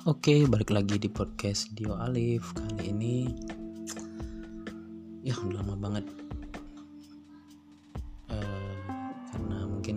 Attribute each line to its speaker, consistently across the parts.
Speaker 1: Oke, balik lagi di podcast Dio Alif. Kali ini ya udah lama banget karena mungkin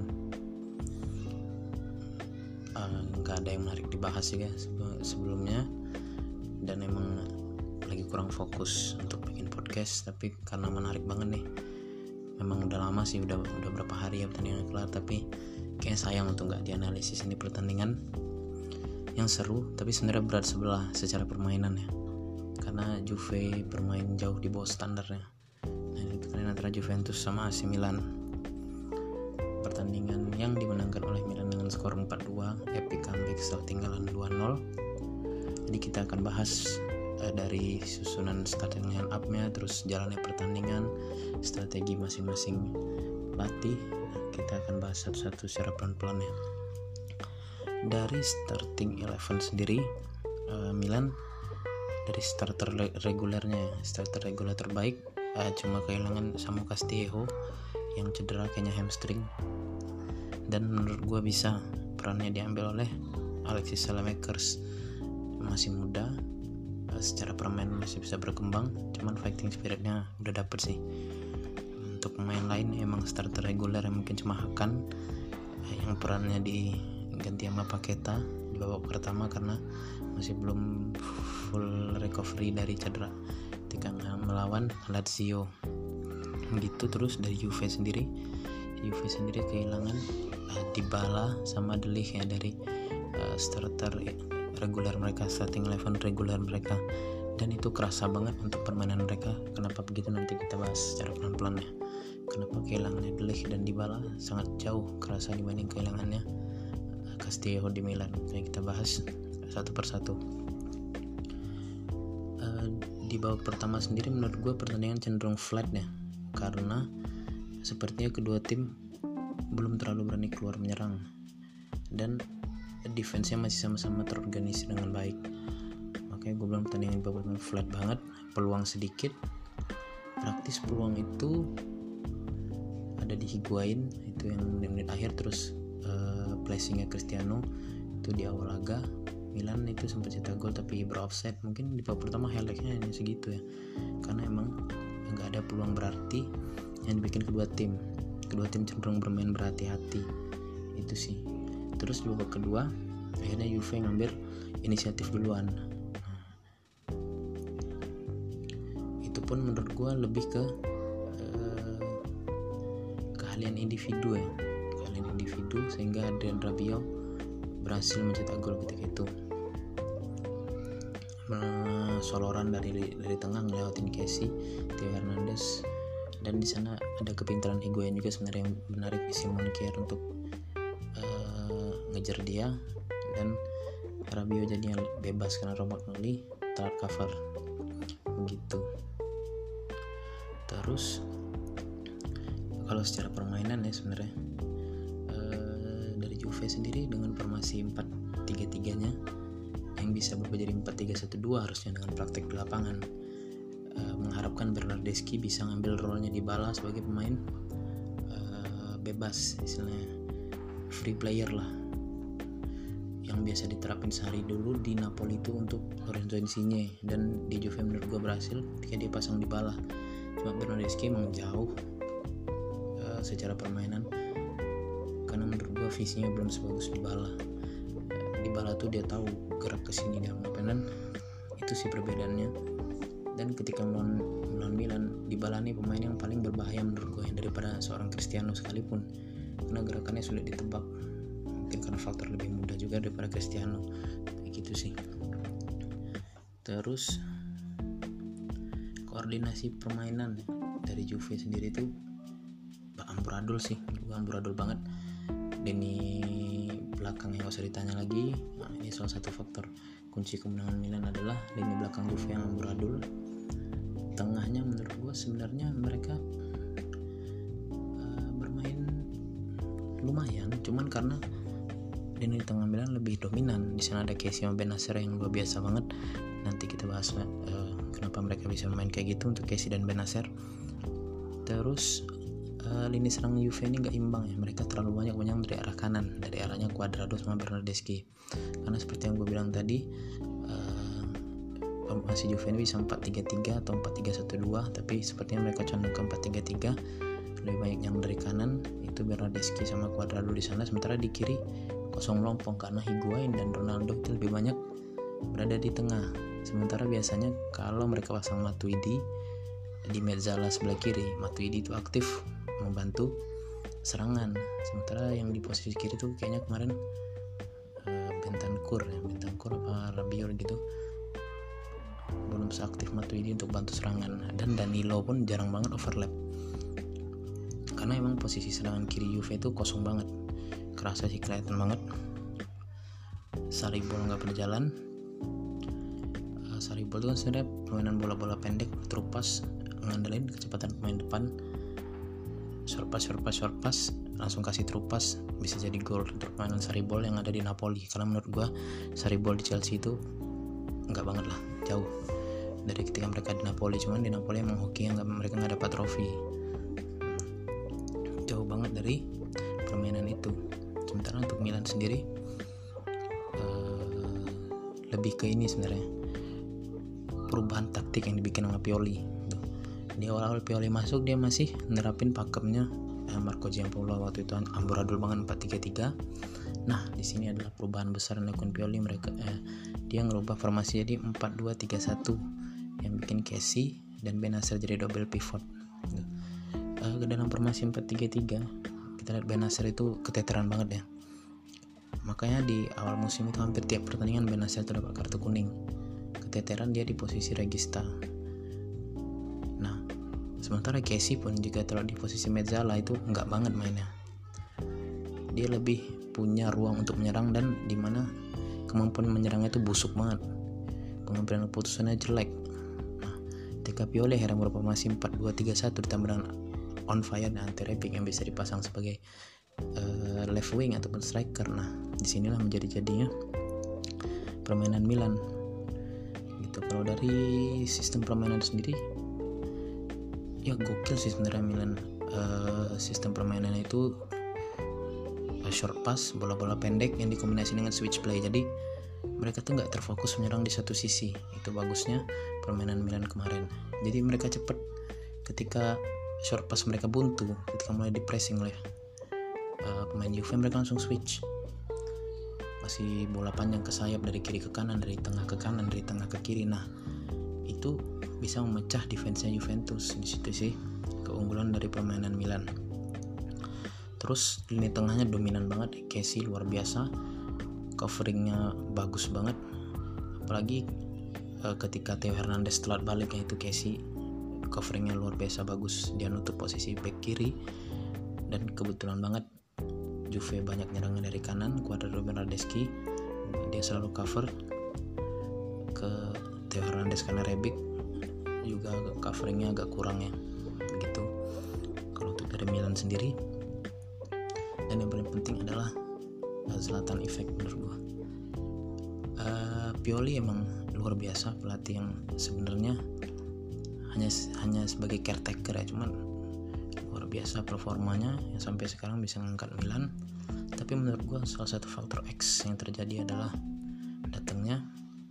Speaker 1: nggak ada yang menarik dibahas ya sebelumnya, dan emang lagi kurang fokus untuk bikin podcast. Tapi karena menarik banget nih, memang udah lama sih, udah berapa hari ya pertandingan kelar, tapi kayaknya sayang untuk nggak dianalisis. Ini pertandingan yang seru tapi sebenarnya berat sebelah secara permainan ya, karena Juve bermain jauh di bawah standarnya. Nah, ini pertandingan antara Juventus sama AC Milan, pertandingan yang dimenangkan oleh Milan dengan skor 4-2, epic comeback setelah tinggalan 2-0. Jadi kita akan bahas dari susunan starting line up-nya, terus jalannya pertandingan, strategi masing-masing pelatih. Kita akan bahas satu-satu secara pelan-pelan ya. Dari starting 11 sendiri, Milan dari starter reguler terbaik cuma kehilangan Samu Castillejo yang cedera kayaknya hamstring, dan menurut gue bisa perannya diambil oleh Alexis Saelemaekers. Masih muda, secara permainan masih bisa berkembang, cuman fighting spiritnya udah dapet sih. Untuk pemain lain emang starter reguler yang mungkin cuma Hakan yang perannya diganti sama Paqueta di babak pertama karena masih belum full recovery dari cedera ketika melawan Lazio gitu. Terus dari Juve sendiri kehilangan Dybala sama De Ligt ya dari starter reguler mereka, starting 11 reguler mereka, dan itu kerasa banget untuk permainan mereka. Kenapa begitu nanti kita bahas secara pelan-pelan ya. Kenapa kehilangannya De Ligt dan Dybala sangat jauh kerasa dibanding kehilangannya Castillejo di Milan. Kayak kita bahas satu persatu. Di babak pertama sendiri menurut gue pertandingan cenderung flat ya, karena sepertinya kedua tim belum terlalu berani keluar menyerang dan defense-nya masih sama-sama terorganisir dengan baik. Makanya gue bilang pertandingan babak pertama flat banget, peluang sedikit. Praktis peluang itu ada di Higuain, itu yang di menit akhir, terus placingnya Cristiano itu di awal laga. Milan itu sempat cetak gol tapi beroffside. Mungkin di babak pertama highlight-nya hanya segitu ya, karena emang nggak ada peluang berarti yang dibikin kedua tim cenderung bermain berhati-hati itu sih. Terus di babak kedua akhirnya Juve ngambil inisiatif duluan. Itu pun menurut gue lebih ke keahlian individu ya, sehingga Adrien Rabiot berhasil mencetak gol ketika itu. Soloran dari tengah ngelewatin Kessie, Theo Hernandez, dan di sana ada kepintaran Higuain juga sebenarnya yang menarik Simon Kjaer untuk ngejar dia, dan Rabiot jadinya bebas karena Romagnoli telat cover begitu. Terus kalau secara permainan ya sebenarnya dari Juve sendiri dengan formasi 4-3-3-nya yang bisa berubah jadi 4-3-1-2 harusnya dengan praktek di lapangan, mengharapkan Bernardeschi bisa ngambil role-nya Dybala sebagai pemain bebas, istilahnya free player lah, yang biasa diterapin sehari dulu di Napoli itu untuk Lorenzo Insigne, dan di Juve menurut gue berhasil ketika dia pasang Dybala. Cuma Bernardeschi emang jauh secara permainan, karena menurut gue visinya belum sebagus Dybala. Dybala tuh dia tahu gerak kesini dalam lapangan, itu sih perbedaannya. Dan ketika melawan Milan, Dybala nih pemain yang paling berbahaya menurut gue daripada seorang Cristiano sekalipun, karena gerakannya sulit ditebak, mungkin karena faktor lebih muda juga daripada Cristiano, kayak gitu sih. Terus koordinasi permainan dari Juve sendiri tuh amburadul sih, amburadul banget. Deni belakang yang gak usah ditanya lagi. Nah, ini salah satu faktor kunci kemenangan Milan adalah lini belakang Juve yang amburadul. Tengahnya menurut gue sebenarnya mereka bermain lumayan, cuman karena lini tengah Milan lebih dominan. Di sana ada Kessie sama Bennacer yang luar biasa banget. Nanti kita bahas kenapa mereka bisa main kayak gitu untuk Kessie dan Bennacer. Terus lini serang Juve ini nggak imbang ya, mereka terlalu banyak menyerang dari arah kanan, dari arahnya Cuadrado sama Bernardeschi. Karena seperti yang gue bilang tadi, formasi Juve ini bisa 4-3-3 atau 4-3-1-2, tapi sepertinya mereka condong ke 4-3-3. Lebih banyak yang dari kanan itu Bernardeschi sama Cuadrado di sana, sementara di kiri kosong melompong karena Higuain dan Ronaldo itu lebih banyak berada di tengah. Sementara biasanya kalau mereka pasang Matuidi di mezzala sebelah kiri, Matuidi itu aktif membantu serangan, sementara yang di posisi kiri tuh kayaknya kemarin Bentancur apa Rabiot gitu belum seaktif Matuidi untuk bantu serangan, dan Danilo pun jarang banget overlap karena emang posisi serangan kiri Juve itu kosong banget, kerasa sih, kelihatan banget. Saribol nggak berjalan. Saribol itu kan sebenarnya permainan bola-bola pendek, terupas, ngandelin kecepatan pemain depan, short pass, langsung kasih terupas, bisa jadi gol untuk permainan Saribol yang ada di Napoli. Karena menurut gua Saribol di Chelsea itu nggak banget lah, jauh dari ketika mereka di Napoli. Cuman di Napoli emang hoki yang mereka nggak dapat trofi, jauh banget dari permainan itu. Sementara untuk Milan sendiri lebih ke ini sebenarnya, perubahan taktik yang dibikin sama Pioli. Di awal-awal Pioli masuk dia masih nerapin pakemnya Marco Giampaolo, waktu itu amburadul banget 4-3-3. Nah di sini adalah perubahan besar yang dilakukan Pioli. Dia ngerubah formasi jadi 4-2-3-1 yang bikin Kessie dan Bennacer jadi double pivot. Ke dalam formasi 4-3-3 kita lihat Bennacer itu keteteran banget ya, makanya di awal musim itu hampir tiap pertandingan Bennacer terdapat kartu kuning, keteteran dia di posisi regista. Nah sementara Kessie pun juga terlalu di posisi mezzala itu nggak banget mainnya, dia lebih punya ruang untuk menyerang dan dimana kemampuan menyerangnya itu busuk banget, pengambilan keputusannya jelek. Nah ketika Pioli akhirnya merubah formasi 4-2-3-1 ditambah dengan on fire dan Ante Rebic yang bisa dipasang sebagai left wing ataupun striker. Nah disinilah jadinya permainan Milan gitu. Kalau dari sistem permainan sendiri ya gokil sih sebenarnya Milan. Sistem permainannya itu short pass, bola-bola pendek yang dikombinasi dengan switch play, jadi mereka tuh nggak terfokus menyerang di satu sisi. Itu bagusnya permainan Milan kemarin, jadi mereka cepet ketika short pass mereka buntu, ketika mulai di pressing oleh pemain Juve, mereka langsung switch, kasih bola panjang ke sayap dari kiri ke kanan, dari tengah ke kanan, dari tengah ke kiri. Nah itu bisa memecah defense-nya Juventus. Di situ sih keunggulan dari permainan Milan. Terus lini tengahnya dominan banget, Kessie luar biasa, coveringnya bagus banget, apalagi ketika Theo Hernandez telat balik, yaitu Kessie coveringnya luar biasa bagus, dia nutup posisi back kiri. Dan kebetulan banget Juve banyak nyerangnya dari kanan, Cuadrado Bernardeschi, dia selalu cover ke Theo Hernandez karena Rebic juga coveringnya agak kurang ya begitu kalau untuk dari Milan sendiri. Dan yang paling penting adalah Zlatan effect menurut gua. Pioli emang luar biasa, pelatih yang sebenarnya hanya sebagai caretaker ya, cuman luar biasa performanya yang sampai sekarang bisa mengangkat Milan. Tapi menurut gua salah satu faktor X yang terjadi adalah datangnya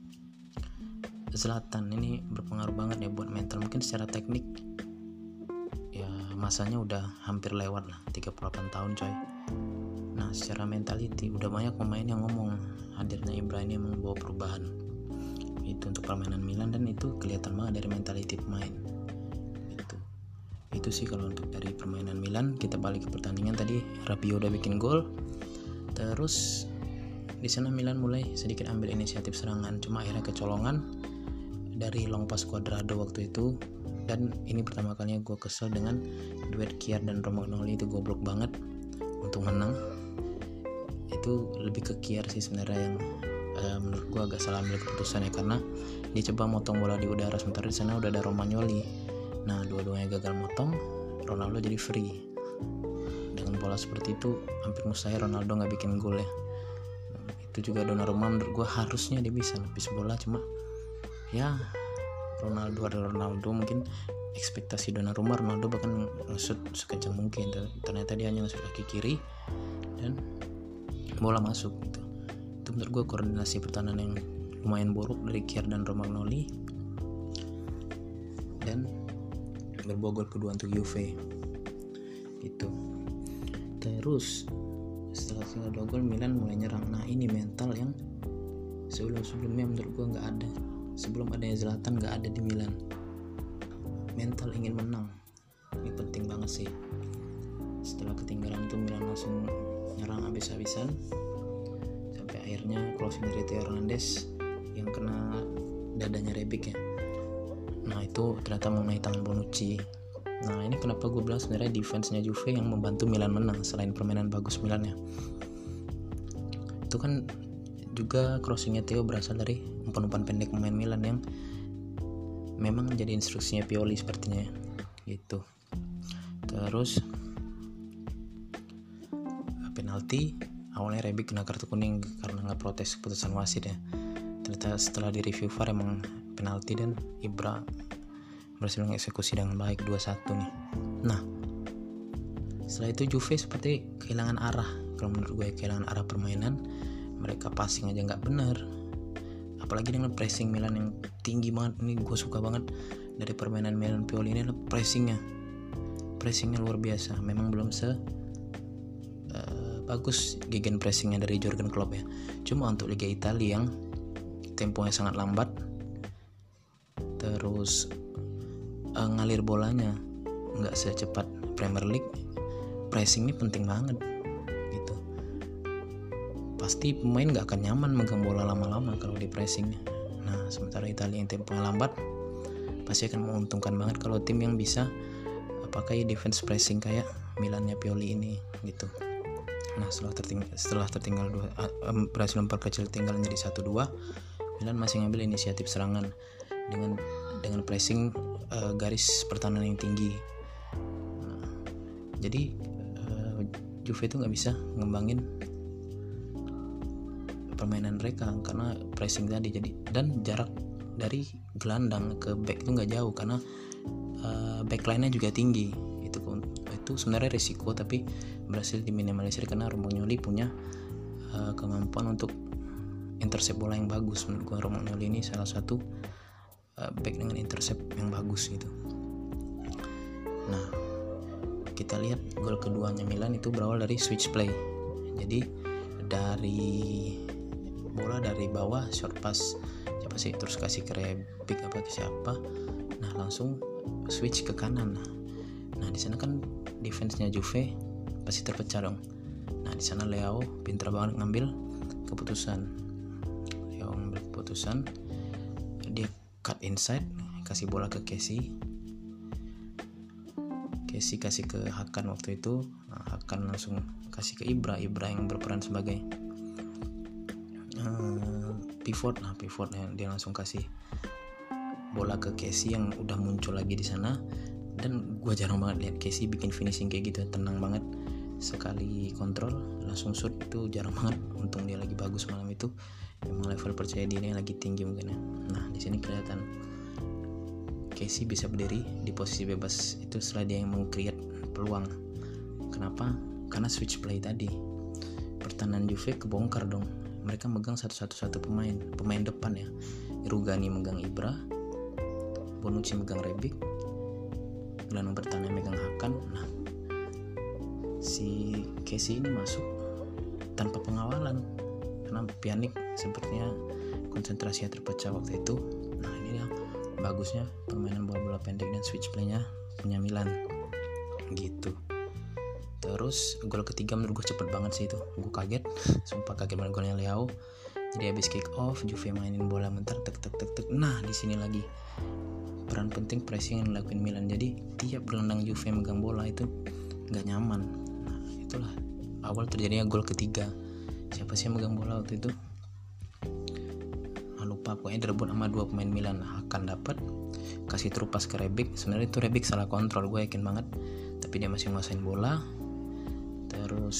Speaker 1: Zlatan. Ini berpengaruh banget ya buat mental. Mungkin secara teknik ya masanya udah hampir lewat lah, 38 tahun coy. Nah secara mentality udah banyak pemain yang ngomong hadirnya Ibra ini membawa perubahan itu untuk permainan Milan, dan itu kelihatan banget dari mentality pemain itu sih kalau untuk dari permainan Milan. Kita balik ke pertandingan tadi, Rabiot udah bikin gol, terus di sana Milan mulai sedikit ambil inisiatif serangan, cuma akhirnya kecolongan dari long pass Cuadrado waktu itu. Dan ini pertama kalinya gue kesel dengan duet Kjaer dan Romagnoli, itu goblok banget untuk menang. Itu lebih ke Kjaer sih sebenarnya yang menurut gue agak salah ambil keputusannya, karena dia coba motong bola di udara, sementara di sana udah ada Romagnoli. Nah dua-duanya gagal motong, Ronaldo jadi free. Dengan bola seperti itu hampir mustahil Ronaldo nggak bikin gol ya. Itu juga Donnarumma menurut gue harusnya dia bisa nepis bola, cuma ya Ronaldo mungkin ekspektasi Donnarumma, Ronaldo bahkan nge-shoot sekencang mungkin, ternyata dia hanya nge-shoot kaki kiri dan bola masuk gitu. Itu menurut gue koordinasi pertahanan yang lumayan buruk dari Kjaer dan Romagnoli, dan berbuah gol kedua untuk Juve gitu. Terus setelah tinggal 2 gol Milan mulai nyerang. Nah ini mental yang sebelumnya menurut gue nggak ada. Sebelum adanya Zlatan nggak ada di Milan. Mental ingin menang, ini penting banget sih. Setelah ketinggalan itu Milan langsung nyerang habis-habisan sampai akhirnya closing dari Theo Hernandez yang kena dadanya Rebic ya. Nah itu ternyata mengenai tangan Bonucci. Nah ini kenapa gue bilang sebenarnya defense-nya Juve yang membantu Milan menang selain permainan bagus Milan ya. Itu kan juga crossingnya Theo berasal dari umpan-umpan pendek pemain Milan yang memang menjadi instruksinya Pioli sepertinya gitu. Terus penalti, awalnya Rebic kena kartu kuning karena nggak protes keputusan wasit ya. Ternyata setelah di review VAR emang penalti dan Ibra berhasil mengeksekusi dengan baik 2-1 nih. Nah setelah itu Juve seperti kehilangan arah. Kalau menurut gue kehilangan arah permainan, mereka passing aja nggak benar, apalagi dengan pressing Milan yang tinggi banget. Ini gue suka banget dari permainan Milan Pioli ini adalah pressingnya luar biasa. Memang belum bagus gegen pressingnya dari Jurgen Klopp ya, cuma untuk Liga Italia yang temponya sangat lambat, terus ngalir bolanya nggak secepat Premier League, pressing ini penting banget gitu. Pasti pemain nggak akan nyaman megang bola lama-lama kalau di pressingnya. Nah sementara Italia yang temponya lambat pasti akan menguntungkan banget kalau tim yang bisa pakai defense pressing kayak Milannya Pioli ini gitu. Nah setelah tertinggal berhasil memperkecil tinggal menjadi 1-2, Milan masih ngambil inisiatif serangan dengan pressing garis pertahanan yang tinggi. Nah, jadi Juve itu nggak bisa ngembangin permainan mereka karena pressing tadi. Jadi dan jarak dari gelandang ke back itu nggak jauh karena backline-nya juga tinggi. Itu sebenarnya risiko tapi berhasil diminimalisir karena Romagnoli punya kemampuan untuk intercept bola yang bagus. Menurut gue Romagnoli ini salah satu back dengan intercept yang bagus gitu. Nah kita lihat gol keduanya Milan itu berawal dari switch play. Jadi dari bola dari bawah short pass siapa sih, terus kasih ke Rebic apa ke siapa, nah langsung switch ke kanan. Nah di sana kan defense-nya Juve pasti terpecah dong. Nah di sana Leao pintar banget ngambil keputusan. Dia cut inside, kasih bola ke Kessie kasih ke Hakan waktu itu. Nah, Hakan langsung kasih ke Ibra yang berperan sebagai pivot. Nah pivotnya dia langsung kasih bola ke Kessie yang udah muncul lagi di sana. Dan gue jarang banget lihat Kessie bikin finishing kayak gitu, tenang banget, sekali kontrol langsung shoot, itu jarang banget. Untung dia lagi bagus malam itu, emang level percaya dirinya lagi tinggi mungkin ya. Nah di sini kelihatan Kessie bisa berdiri di posisi bebas itu setelah dia yang meng-create peluang. Kenapa? Karena switch play tadi. Pertahanan Juve kebongkar dong. Mereka megang satu pemain depan ya. Rugani megang Ibra, Bonucci megang Rebic, gelandang pertahanan megang Hakan. Nah si Kessie ini masuk tanpa pengawalan karena Pjanic sepertinya konsentrasinya terpecah waktu itu. Nah ini yang bagusnya permainan bola-bola pendek dan switch play-nya punya Milan gitu. Terus gol ketiga menurut gue cepet banget sih itu, gue kaget, sumpah kaget banget golnya Leao. Jadi habis kick off Juve mainin bola bentar tek. Nah di sini lagi peran penting pressing yang dilakuin Milan. Jadi tiap gelandang Juve megang bola itu nggak nyaman. Nah itulah awal terjadinya gol ketiga. Siapa sih yang megang bola waktu itu? Lupa, pokoknya direbut sama 2 pemain Milan. Hakan dapat, kasih terupas ke Rebic. Sebenarnya itu Rebic salah kontrol, gue yakin banget, tapi dia masih nguasain bola. Terus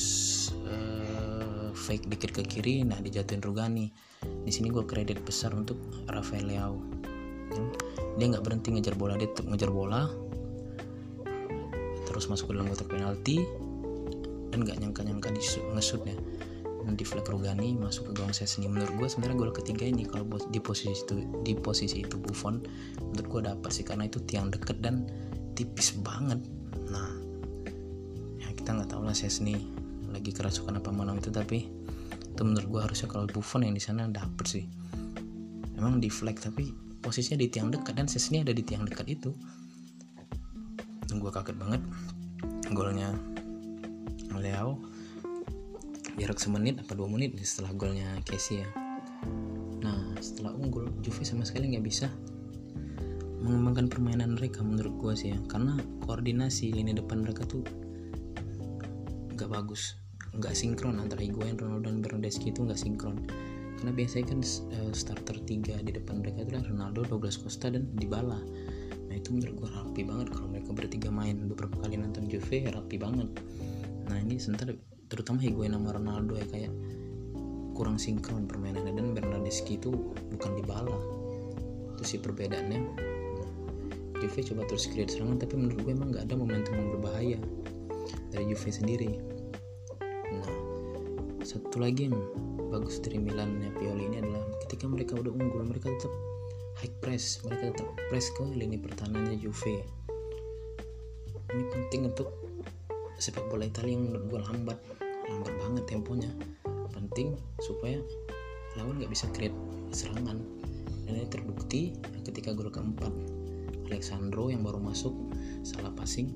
Speaker 1: fake dikit ke kiri, nah dijatuhin Rugani. Di sini gue kredit besar untuk Rafael Leao. dia nggak berhenti ngejar bola, dia tetap ngejar bola terus masuk ke dalam kotak penalti dan nggak nyangka nge-shootnya di flag Rugani masuk ke gawang Szczęsny. Menurut gue sebenarnya gol ketiga ini kalau di posisi itu Buffon menurut gue dapat sih, karena itu tiang deket dan tipis banget. Nah ya kita nggak tahu lah Szczęsny lagi kerasukan apa malam itu, tapi itu menurut gue harusnya kalau Buffon yang di sana dapet sih. Emang di flag tapi posisinya di tiang dekat dan Szczęsny ada di tiang dekat itu. Gue kaget banget golnya Leao jarak semenit apa 2 menit setelah golnya Kessie ya. Nah setelah unggul Juve sama sekali nggak bisa mengembangkan permainan mereka menurut gue sih ya, karena koordinasi lini depan mereka tuh nggak bagus, nggak sinkron antara Higuain, Ronaldo dan Bernardeschi itu nggak sinkron. Karena biasanya kan starter 3 di depan mereka itu adalah Ronaldo, Douglas Costa dan Dybala. Nah itu menurut gue rapi banget kalau mereka bertiga main. Beberapa kali nonton Juve rapi banget. Nah ini sebentar terutama Higuain sama Ronaldo ya kayak kurang sinkron permainannya, dan Bernardeschi itu bukan Dybala. Itu sih perbedaannya. Juve coba terus create serangan tapi menurut gue emang gak ada momentum yang berbahaya dari Juve sendiri. Nah satu lagi yang bagus dari Milan Pioli ini adalah ketika mereka udah unggul mereka tetap high press, mereka tetap press ke lini pertahanannya Juve. Ini penting untuk sepak bola Italia yang menurut gue lambat banget temponya. Penting supaya lawan gak bisa create serangan, dan ini terbukti ketika gol keempat Alexandro yang baru masuk salah passing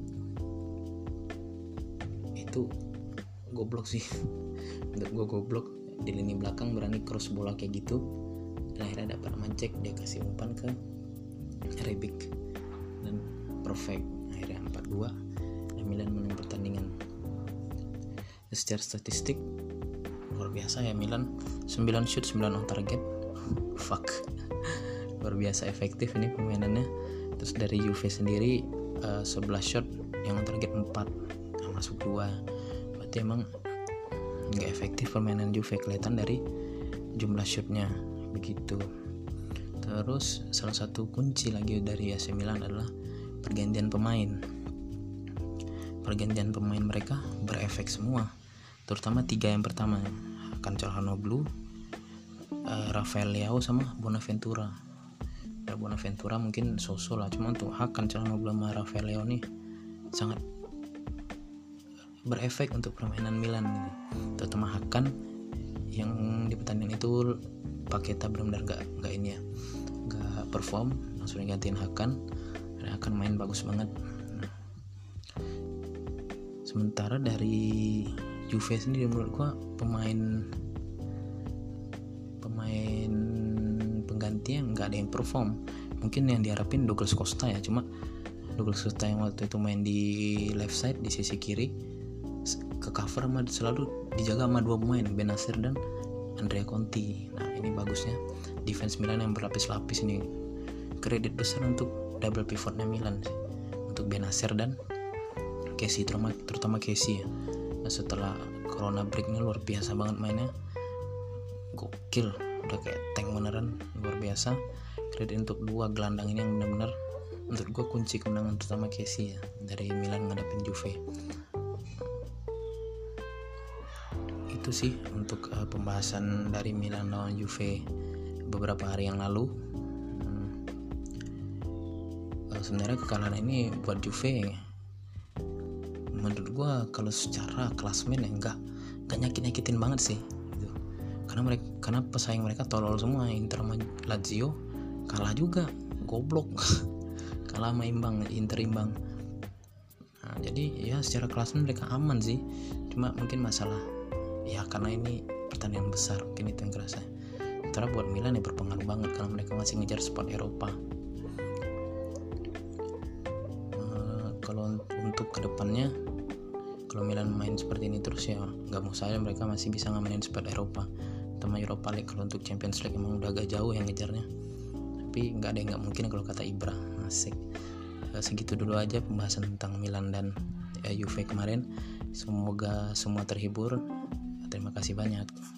Speaker 1: itu goblok sih. Menurut gue goblok, di lini belakang berani cross bola kayak gitu, dan akhirnya dapat Mancek, dia kasih umpan ke Rebic dan perfect, akhirnya 4-2 dan Milan menang pertandingan. Secara statistik luar biasa ya Milan, 9 shoot 9 on target. Fuck, luar biasa efektif ini permainannya. Terus dari Juve sendiri 11 shot yang on target 4 masuk 2. Berarti emang nggak efektif permainan Juve, kelihatan dari jumlah shotnya begitu. Terus salah satu kunci lagi dari AC Milan adalah pergantian pemain. Pergantian pemain mereka berefek semua, terutama 3 yang pertama, Calhanoglu, Rafael Leao sama Bonaventura. Bonaventura mungkin so-so lah, cuma untuk Calhanoglu sama Rafael Leao nih sangat berefek untuk permainan Milan gitu. Terutama Hakan yang di pertandingan itu Paqueta benar-benar nggak ini ya, nggak perform, langsung digantiin Hakan dan Hakan main bagus banget. Sementara dari Juve sendiri menurut gua pemain pengganti yang nggak ada yang perform. Mungkin yang diharapin Douglas Costa ya, cuma Douglas Costa yang waktu itu main di left side di sisi kiri ke cover selalu dijaga sama 2 pemain, Bennacer dan Andrea Conti. Nah ini bagusnya defense Milan yang berlapis-lapis ini, kredit besar untuk double pivotnya Milan sih, untuk Bennacer dan Kessie, terutama Kessie ya. Nah, setelah corona break ini luar biasa banget mainnya, gokil, udah kayak tank beneran, luar biasa. Kredit untuk 2 gelandang ini yang benar-benar menurut gue kunci kemenangan, terutama Kessie ya, dari Milan ngadepin Juve. Itu sih untuk pembahasan dari Milan lawan Juve beberapa hari yang lalu. Sebenarnya kekalahan ini buat Juve menurut gue kalau secara klasmen ya nggak nyakitin banget sih gitu. Karena pesaing mereka tolol semua, Inter sama Lazio kalah juga, goblok. Kalah sama Inter imbang. Nah, jadi ya secara klasmen mereka aman sih, cuma mungkin masalah ya karena ini pertandingan besar, mungkin itu yang kerasa. Sementara buat Milan ya berpengaruh banget karena mereka masih ngejar spot Eropa. Kalau untuk kedepannya, kalau Milan main seperti ini terus ya nggak mau saya mereka masih bisa ngamanin spot Eropa, terutama Europa League. Kalau untuk Champions League emang udah agak jauh yang ngejarnya, tapi nggak ada yang nggak mungkin kalau kata Ibra. Asik. Segitu dulu aja pembahasan tentang Milan dan Juve kemarin. Semoga semua terhibur. Terima kasih banyak.